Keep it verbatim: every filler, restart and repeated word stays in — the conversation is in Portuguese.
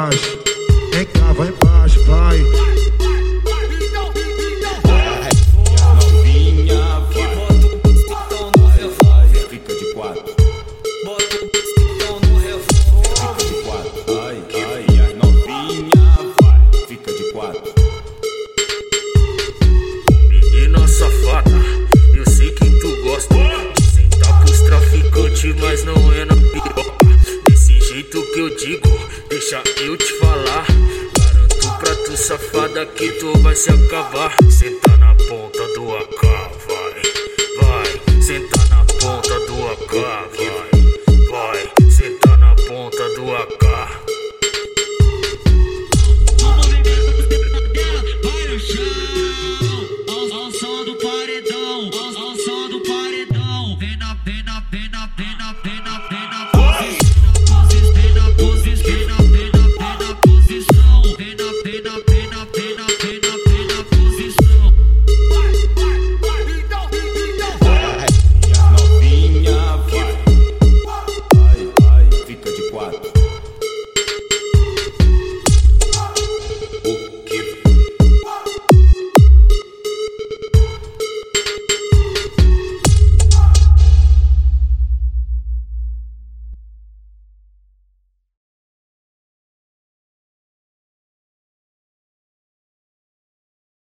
embaixo. Vem cá, vai embaixo, vai. Novinha, vai. Bota o botão no revólver. Fica de quatro. Bota o botão no revólver. Fica de quatro. Ai, ai, ai. Novinha, vai. Fica de quatro. Menina safada, eu sei que tu gosta de sentar pros traficantes, mas não é na piroca. Desse jeito que eu digo, deixa eu te falar. Garanto pra tu safada que tu vai se acabar. Senta